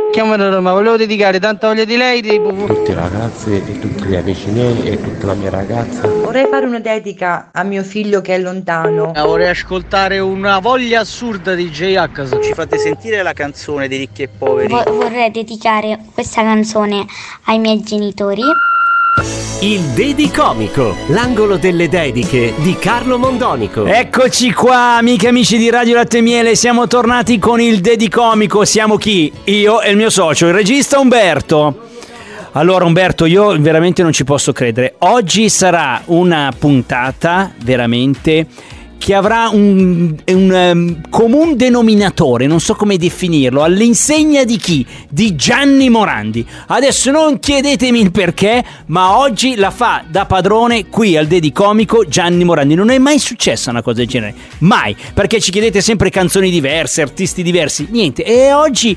Chiamano Roma, volevo dedicare tanta voglia di lei tutte le ragazze e tutti gli amici miei e tutta la mia ragazza. Vorrei fare una dedica a mio figlio che è lontano. Vorrei ascoltare una voglia assurda di J-H. Ci fate sentire la canzone di Ricchi e Poveri? Vorrei dedicare questa canzone ai miei genitori. Il Dedicomico, l'angolo delle dediche di Carlo Mondonico. Eccoci qua, amiche e amici di Radio Latte e Miele, siamo tornati con il Dedicomico. Siamo chi? Io e il mio socio, il regista Umberto. Allora Umberto, io veramente non ci posso credere. Oggi sarà una puntata veramente che avrà un comune denominatore, non so come definirlo, all'insegna di chi? Di Gianni Morandi. Adesso non chiedetemi il perché, ma oggi la fa da padrone qui al Dedicomico Gianni Morandi. Non è mai successa una cosa del genere, mai, perché ci chiedete sempre canzoni diverse, artisti diversi, niente. E oggi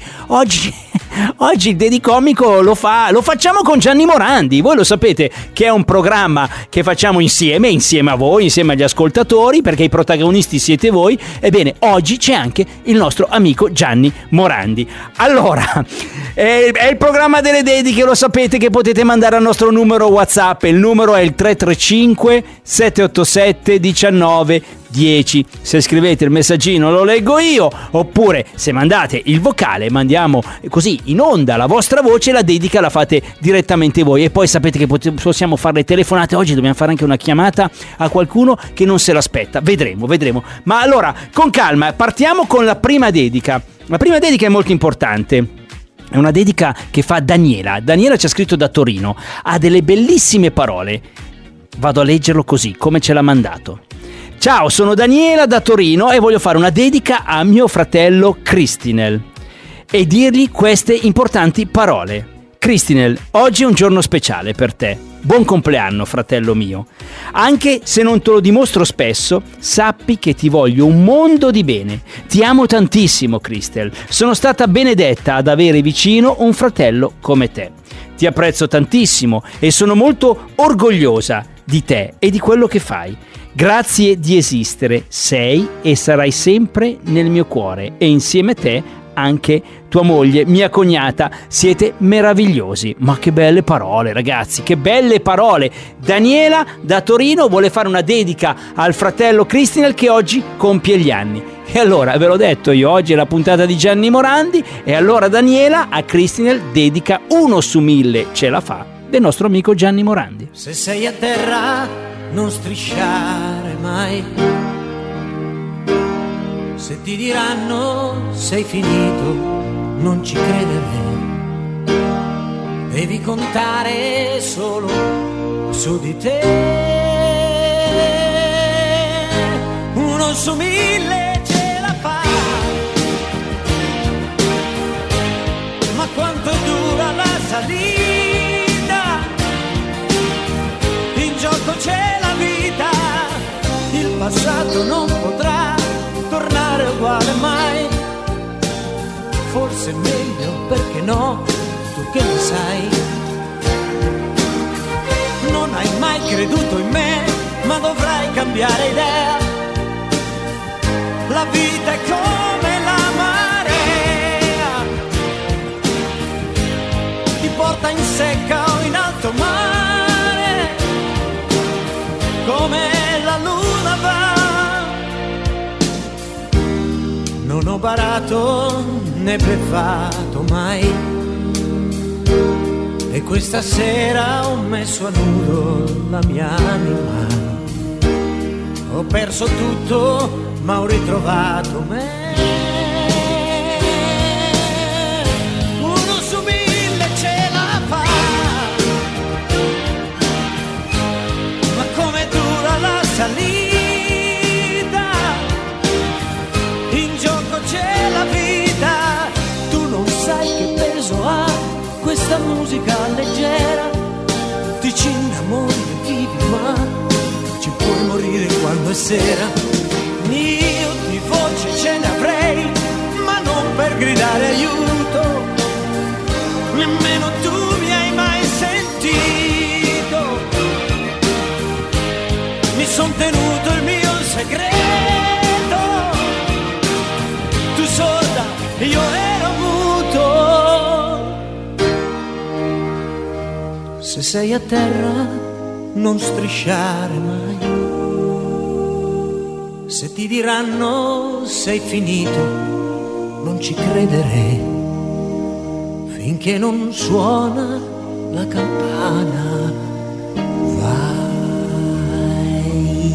il Dedicomico lo facciamo con Gianni Morandi. Voi lo sapete che è un programma che facciamo insieme a voi, insieme agli ascoltatori, perché i protagonisti siete voi. Ebbene, oggi c'è anche il nostro amico Gianni Morandi. Allora, è il programma delle dediche, lo sapete che potete mandare al nostro numero WhatsApp. Il numero è il 335 787 19 10. Se scrivete il messaggino lo leggo io, oppure se mandate il vocale mandiamo così in onda la vostra voce, la dedica la fate direttamente voi. E poi sapete che possiamo fare le telefonate. Oggi dobbiamo fare anche una chiamata a qualcuno che non se l'aspetta. Vedremo. Ma allora, con calma, partiamo con la prima dedica. La prima dedica è molto importante. È una dedica che fa Daniela. Daniela ci ha scritto da Torino. Ha delle bellissime parole. Vado a leggerlo così, come ce l'ha mandato. Ciao, sono Daniela da Torino e voglio fare una dedica a mio fratello Cristinel e dirgli queste importanti parole. Cristinel, oggi è un giorno speciale per te. Buon compleanno, fratello mio. Anche se non te lo dimostro spesso, sappi che ti voglio un mondo di bene. Ti amo tantissimo, Cristel. Sono stata benedetta ad avere vicino un fratello come te. Ti apprezzo tantissimo e sono molto orgogliosa di te e di quello che fai. Grazie di esistere, sei e sarai sempre nel mio cuore e insieme a te anche tua moglie, mia cognata, siete meravigliosi. Ma che belle parole, ragazzi, che belle parole. Daniela da Torino vuole fare una dedica al fratello Cristinel che oggi compie gli anni. E allora, ve l'ho detto io, oggi è la puntata di Gianni Morandi e allora Daniela a Cristinel dedica 1 su 1000, ce la fa, del nostro amico Gianni Morandi. Se sei a terra non strisciare mai, se ti diranno sei finito non ci credere, devi contare solo su di te. 1 su 1000 ce la fa, ma quanto dura la salita, in gioco c'è la vita, il passato non potrà tornare uguale mai. Forse è meglio, perché no, tu che lo sai. Non hai mai creduto in me, ma dovrai cambiare idea. La vita è come la marea, ti porta in secca o in alto mare, come la luna va. Non ho barato né bleffato mai, e questa sera ho messo a nudo la mia anima. Ho perso tutto ma ho ritrovato me. 1 su 1000 ce la fa, ma come dura la salita, in gioco c'è la vita. Tu non sai che peso ha questa musica leggera, ti ci innamori e vivi, ma ci puoi morire quando è sera. Io di voce ce ne avrei, ma non per gridare aiuto, nemmeno tu mi hai mai sentito. Mi son tenuto il mio segreto, tu sorda e io ero muto. Se sei a terra non strisciare mai. Se ti diranno sei finito, non ci credere finché non suona la campana. Vai.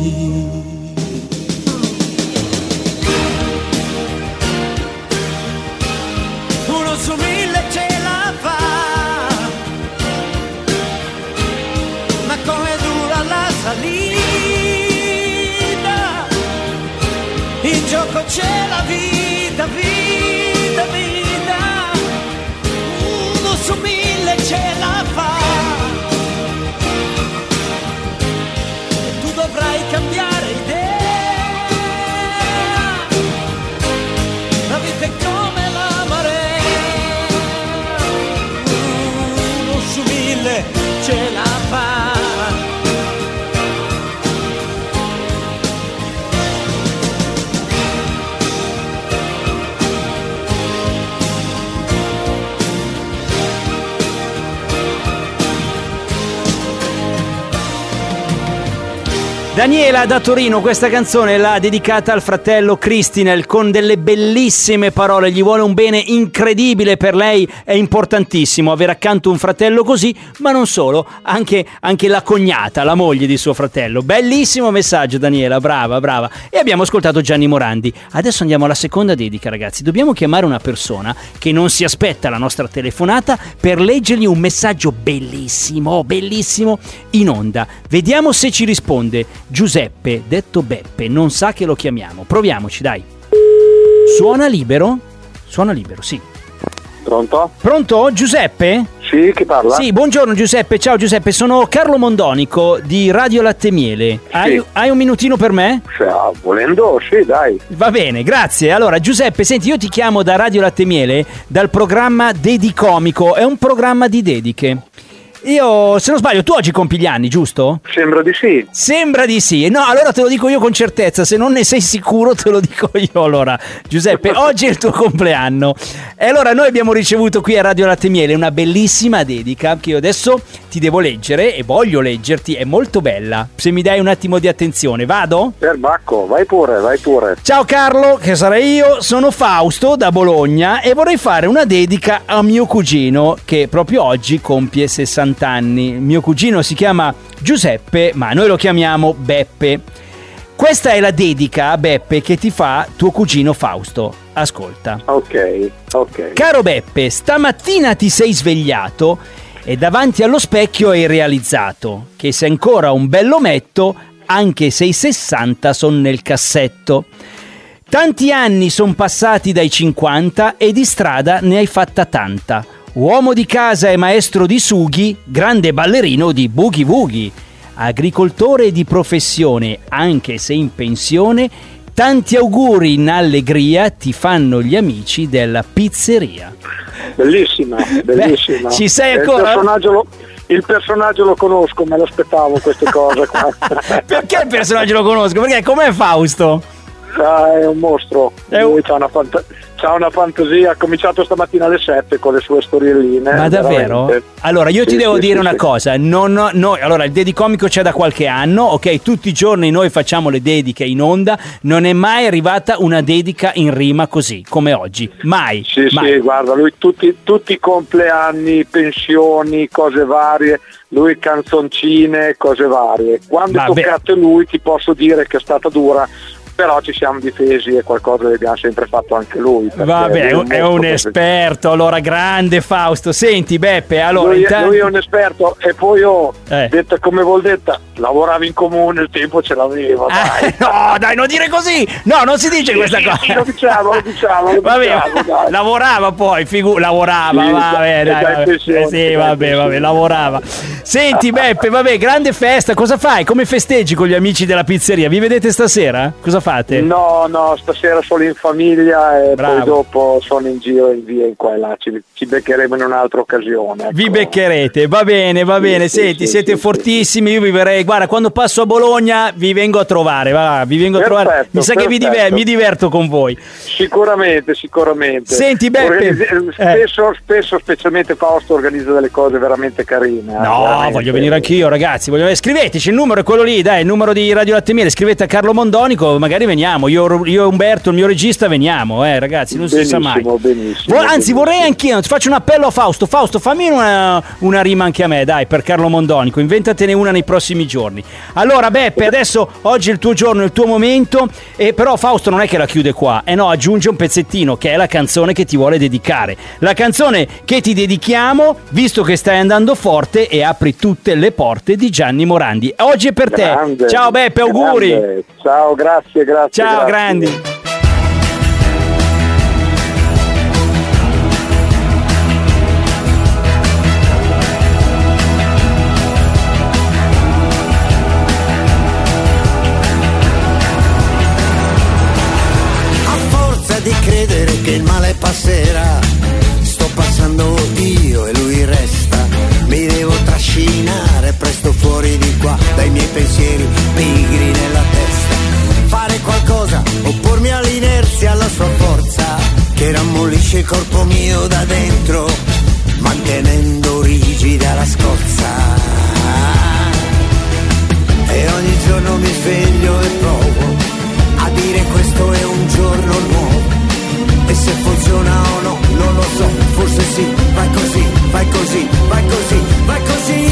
Uno su 1000 ce la fa, ma come dura la salita, in gioco c'è la vita, vita, vita. Uno su 1000 ce la fa, e tu dovrai cambiare idea. La vita è come la marea, uno su 1000 ce la fa. Daniela da Torino questa canzone l'ha dedicata al fratello Cristinel con delle bellissime parole, gli vuole un bene incredibile, per lei è importantissimo avere accanto un fratello così, ma non solo, anche la cognata, la moglie di suo fratello. Bellissimo messaggio Daniela, brava, brava. E abbiamo ascoltato Gianni Morandi. Adesso andiamo alla seconda dedica, ragazzi. Dobbiamo chiamare una persona che non si aspetta la nostra telefonata per leggergli un messaggio bellissimo, bellissimo in onda. Vediamo se ci risponde. Giuseppe, detto Beppe, non sa che lo chiamiamo. Proviamoci, dai. Suona libero? Suona libero, sì. Pronto? Pronto? Giuseppe? Sì, chi parla? Sì, buongiorno Giuseppe, ciao Giuseppe, sono Carlo Mondonico di Radio Latte Miele. Sì. Hai un minutino per me? Volendo, sì, dai. Va bene, grazie. Allora Giuseppe, senti, io ti chiamo da Radio Latte Miele, dal programma Dedicomico, è un programma di dediche. Io, se non sbaglio, tu oggi compi gli anni, giusto? Sembra di sì. Sembra di sì. No, allora te lo dico io con certezza. Se non ne sei sicuro te lo dico io. Allora, Giuseppe, oggi è il tuo compleanno. E allora noi abbiamo ricevuto qui a Radio Latte Miele una bellissima dedica che io adesso ti devo leggere e voglio leggerti. È molto bella. Se mi dai un attimo di attenzione, vado? Perbacco, vai pure, vai pure. Ciao Carlo, che sarei io. Sono Fausto da Bologna e vorrei fare una dedica a mio cugino che proprio oggi compie 60 anni. Mio cugino si chiama Giuseppe, ma noi lo chiamiamo Beppe. Questa è la dedica a Beppe che ti fa tuo cugino Fausto. Ascolta. Ok. Caro Beppe, stamattina ti sei svegliato e davanti allo specchio hai realizzato che sei ancora un bell'ometto anche se i 60 sono nel cassetto. Tanti anni sono passati dai 50 e di strada ne hai fatta tanta. Uomo di casa e maestro di sughi, grande ballerino di boogie woogie, agricoltore di professione anche se in pensione, tanti auguri in allegria ti fanno gli amici della pizzeria. Bellissima. Beh, ci sei ancora? Il personaggio lo conosco, me l'aspettavo queste cose qua. Perché il personaggio lo conosco? Perché com'è Fausto? È un mostro. Lui c'ha una fantasia. Ha cominciato stamattina alle 7 con le sue storielline. Ma davvero? Veramente. Allora io ti devo dire una cosa. Allora il Dedicomico c'è da qualche anno, ok? Tutti i giorni noi facciamo le dediche in onda. Non è mai arrivata una dedica in rima così come oggi. Mai. Sì, guarda, lui tutti i compleanni, pensioni, cose varie. Lui canzoncine, cose varie. Quando è toccato lui ti posso dire che è stata dura. Però ci siamo difesi e qualcosa l'abbiamo sempre fatto anche lui. Vabbè, è un esperto, allora grande Fausto. Senti Beppe, allora lui è un esperto e poi detta come vuol detta, lavorava in comune, il tempo ce l'aveva. No, dai, non dire così. No, non si dice questa cosa. Sì, lo diciamo. Vabbè, lavorava poi, lavorava, vabbè, lavorava. Senti Beppe, vabbè, grande festa, cosa fai? Come festeggi con gli amici della pizzeria? Vi vedete stasera? Cosa fai? fate? No, stasera solo in famiglia e poi dopo sono in giro in via in qua e là, ci beccheremo in un'altra occasione. Ecco. Vi beccherete, va bene, senti, siete fortissimi, io vi verrei, guarda, quando passo a Bologna vi vengo a trovare, trovare. Mi sa che mi diverto con voi. Sicuramente. Senti Beppe, spesso specialmente Fausto organizza delle cose veramente carine. No, voglio venire anch'io, ragazzi, scriveteci, il numero è quello lì, dai, il numero di Radio Latte Miele, scrivete a Carlo Mondonico, magari veniamo, io e Umberto, il mio regista, veniamo, ragazzi, non si sa mai. Anzi, vorrei anch'io, ti faccio un appello a Fausto, fammi una rima anche a me, dai, per Carlo Mondonico, inventatene una nei prossimi giorni. Allora Beppe, adesso oggi è il tuo giorno, il tuo momento, però Fausto non è che la chiude qua, no, aggiunge un pezzettino che è la canzone che ti vuole dedicare, la canzone che ti dedichiamo, visto che stai andando forte e apri tutte le porte di Gianni Morandi. Oggi è per te. Ciao Beppe, auguri. Grande. Ciao, grazie. Ciao, grandi. Di credere che il male passerà, sto passando io e lui resta, mi devo trascinare presto fuori di qua dai miei pensieri pigri nella testa, fare qualcosa, oppormi all'inerzia, alla sua forza che rammollisce il corpo mio da dentro, mantenendo rigida la scorza, e ogni giorno mi sveglio e provo a dire questo è un giorno nuovo, e se funziona o no non lo so, forse sì, vai così, vai così, vai così, vai così.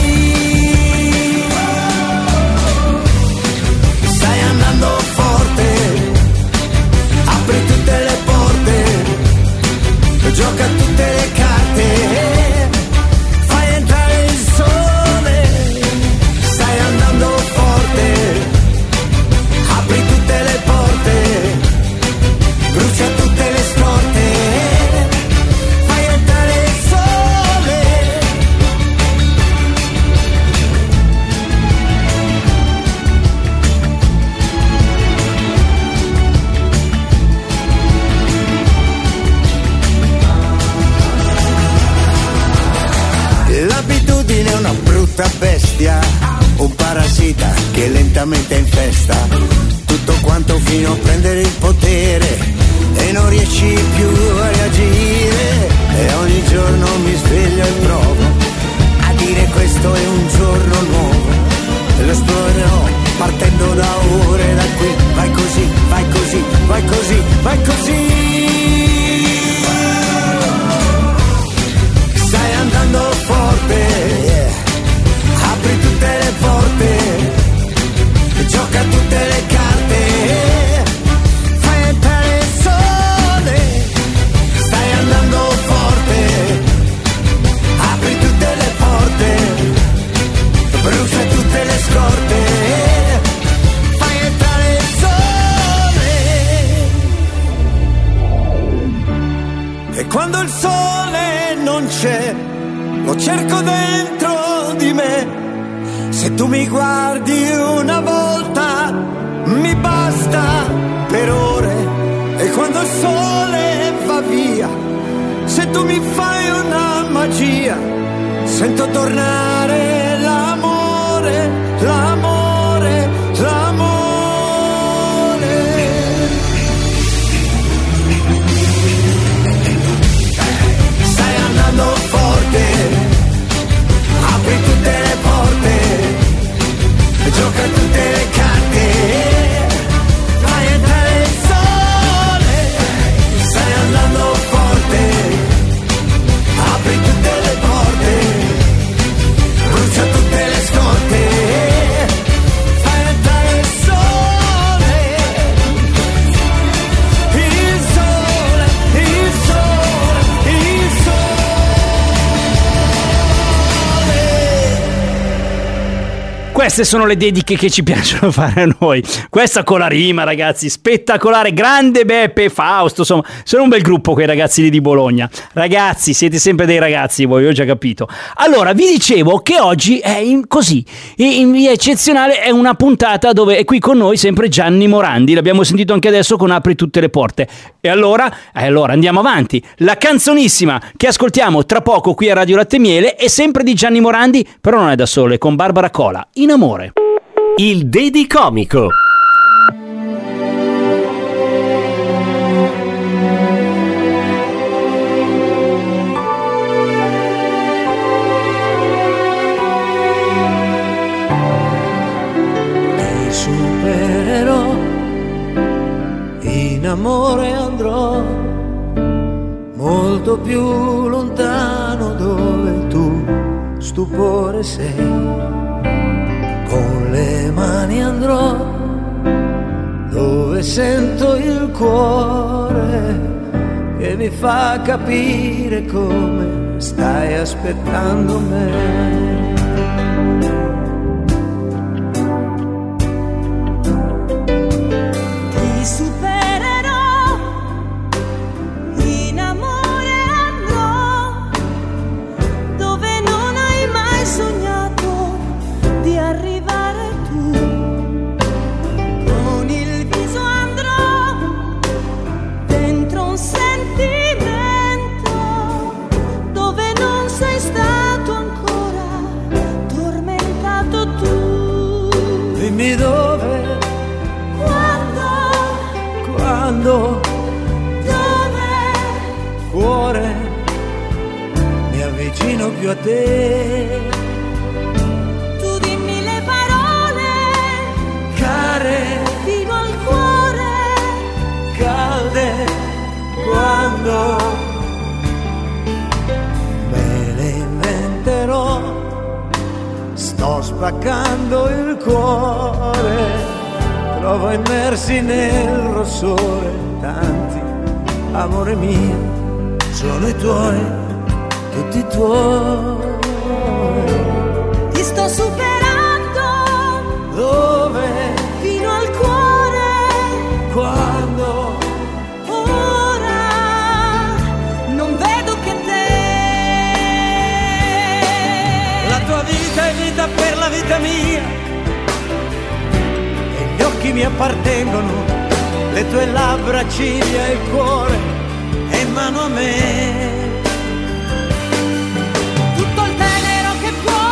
Stai andando forte, apri tutte le porte, gioca tutte le carte, fai entrare il sole. Stai andando forte, apri tutte le porte, brucia tutte le scorte, fai entrare il sole. L'abitudine è una brutta bestia, un parassita che lentamente infesta tutto quanto fino a prendere il potere e non riesci più a reagire, e ogni giorno mi sveglio e provo a dire questo è un giorno nuovo, e lo esplorerò partendo da ore, da qui, vai così, vai così, vai così, vai così. Stai andando forte, apri tutte le porte, gioca tutte le carte, fai entrare il sole. Stai andando forte, apri tutte le porte, brucia tutte le scorte, fai entrare il sole. E quando il sole non c'è, lo cerco dentro di me. Se tu mi guardi una volta, mi basta per ore. E quando il sole va via, se tu mi fai una magia, sento tornare l'amore, l'amore, l'amore. Stai andando forte, apri tutte le porte, gioca tutte le carte, fai entrare il sole. Stai andando forte, apri tutte le porte, queste sono le dediche che ci piacciono fare a noi. Questa con la rima, ragazzi, spettacolare, grande Beppe e Fausto, insomma, sono un bel gruppo quei ragazzi lì di Bologna. Ragazzi, siete sempre dei ragazzi voi, ho già capito. Allora, vi dicevo che oggi è così, in via eccezionale, è una puntata dove è qui con noi sempre Gianni Morandi, l'abbiamo sentito anche adesso con Apri tutte le porte. E allora andiamo avanti. La canzonissima che ascoltiamo tra poco qui a Radio Latte e Miele è sempre di Gianni Morandi, però non è da solo, è con Barbara Cola, In amore. Il Dedicomico. Ti supererò, in amore andrò molto più lontano dove tu stupore sei. Con le mani andrò dove sento il cuore che mi fa capire come stai aspettando me. Ti supererò, in amore andrò dove non hai mai sognato di arrivare tu. Con il viso andrò dentro un sentimento dove non sei stato ancora tormentato tu. Dimmi dove, quando, dove, cuore, mi avvicino più a te. tu dimmi le parole Care, fino al cuore. calde, quando me le inventerò. Sto spaccando il cuore, trovo immersi nel rossore tanti, amore mio, sono i tuoi, tutti tuoi. Ti sto superando, Dove, fino al cuore. quando, Ora non vedo che te. la tua vita è vita per la vita mia, e gli occhi mi appartengono, le tue labbra, ciglia e il cuore, e in mano a me. Tutto il tenero che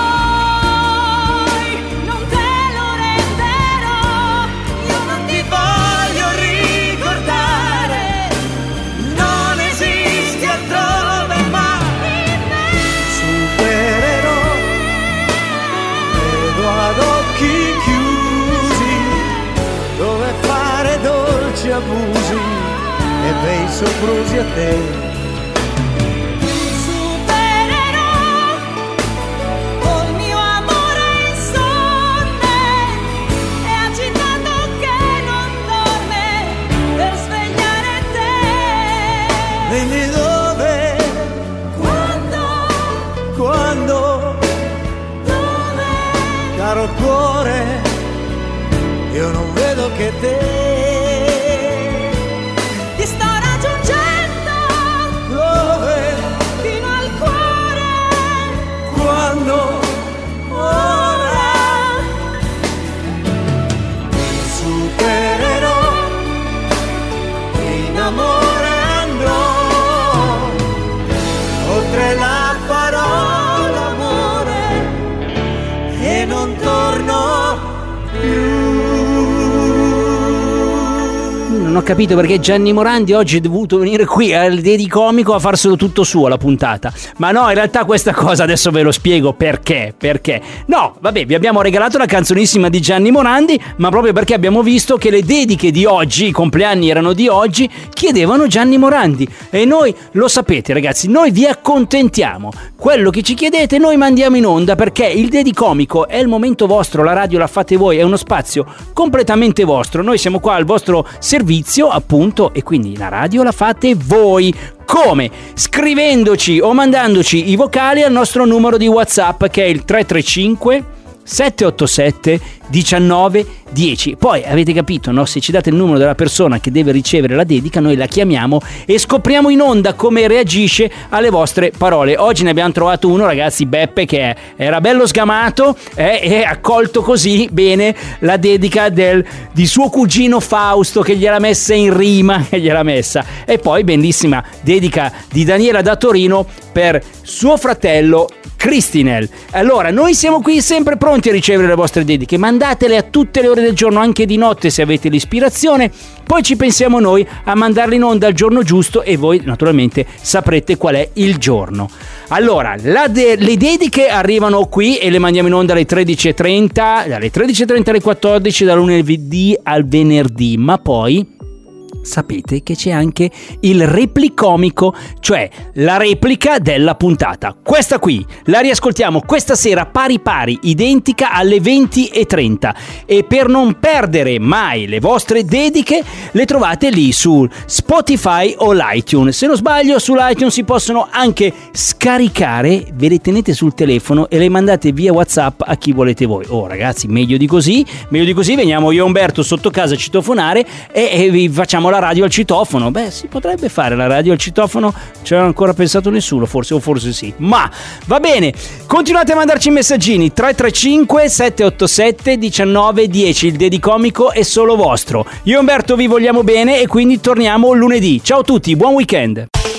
puoi, non te lo renderò. Io non ti voglio ricordare, non esisti altrove mai. Supererò, vedo ad occhi chiusi dove fare dolci abusi e bei soprusi a te. Supererò col mio amore insonne e agitato che non dorme per svegliare te. Dimmi dove, quando, Dove, caro cuore, io non vedo che te. ti sto raggiungendo Dove, fino al cuore. quando, Ora supererò, in amore andrò, oltre la parola amore, e non torno più. Non ho capito perché Gianni Morandi oggi è dovuto venire qui al Dedicomico a farselo tutto suo la puntata. Ma no, in realtà questa cosa adesso ve lo spiego perché. No, vabbè, vi abbiamo regalato la canzonissima di Gianni Morandi, ma proprio perché abbiamo visto che le dediche di oggi, i compleanni erano di oggi, chiedevano Gianni Morandi. E noi, lo sapete ragazzi, noi vi accontentiamo. Quello che ci chiedete noi mandiamo in onda, perché il Dedicomico è il momento vostro, la radio la fate voi, è uno spazio completamente vostro. Noi siamo qua al vostro servizio, appunto, e quindi la radio la fate voi. Come? Scrivendoci o mandandoci i vocali al nostro numero di WhatsApp, che è il 335 787 19 10. Poi avete capito, no? Se ci date il numero della persona che deve ricevere la dedica, noi la chiamiamo e scopriamo in onda come reagisce alle vostre parole. Oggi ne abbiamo trovato uno, ragazzi, Beppe, che era bello sgamato e ha accolto così bene la dedica di suo cugino Fausto, che gliel'ha messa in rima, e poi bellissima dedica di Daniela da Torino per suo fratello Cristinel. Allora, noi siamo qui sempre pronti a ricevere le vostre dediche, mandatele a tutte le ore del giorno, anche di notte se avete l'ispirazione, poi ci pensiamo noi a mandarle in onda al giorno giusto e voi naturalmente saprete qual è il giorno. Allora, le dediche arrivano qui e le mandiamo in onda alle 13.30, dalle 13.30 alle 14, dal lunedì al venerdì, ma poi sapete che c'è anche il replicomico, cioè la replica della puntata. Questa qui la riascoltiamo questa sera pari identica alle 20.30, e per non perdere mai le vostre dediche le trovate lì su Spotify o l'iTunes. Se non sbaglio, sull'iTunes si possono anche scaricare, ve le tenete sul telefono e le mandate via WhatsApp a chi volete voi. Oh ragazzi, meglio di così veniamo io e Umberto sotto casa a citofonare e vi facciamo la radio al citofono. Beh, si potrebbe fare la radio al citofono, ci aveva ancora pensato nessuno, forse sì, ma va bene, continuate a mandarci messaggini 335 787 19 10. Il Dedicomico è solo vostro. Io e Umberto vi vogliamo bene e quindi torniamo lunedì. Ciao a tutti, buon weekend.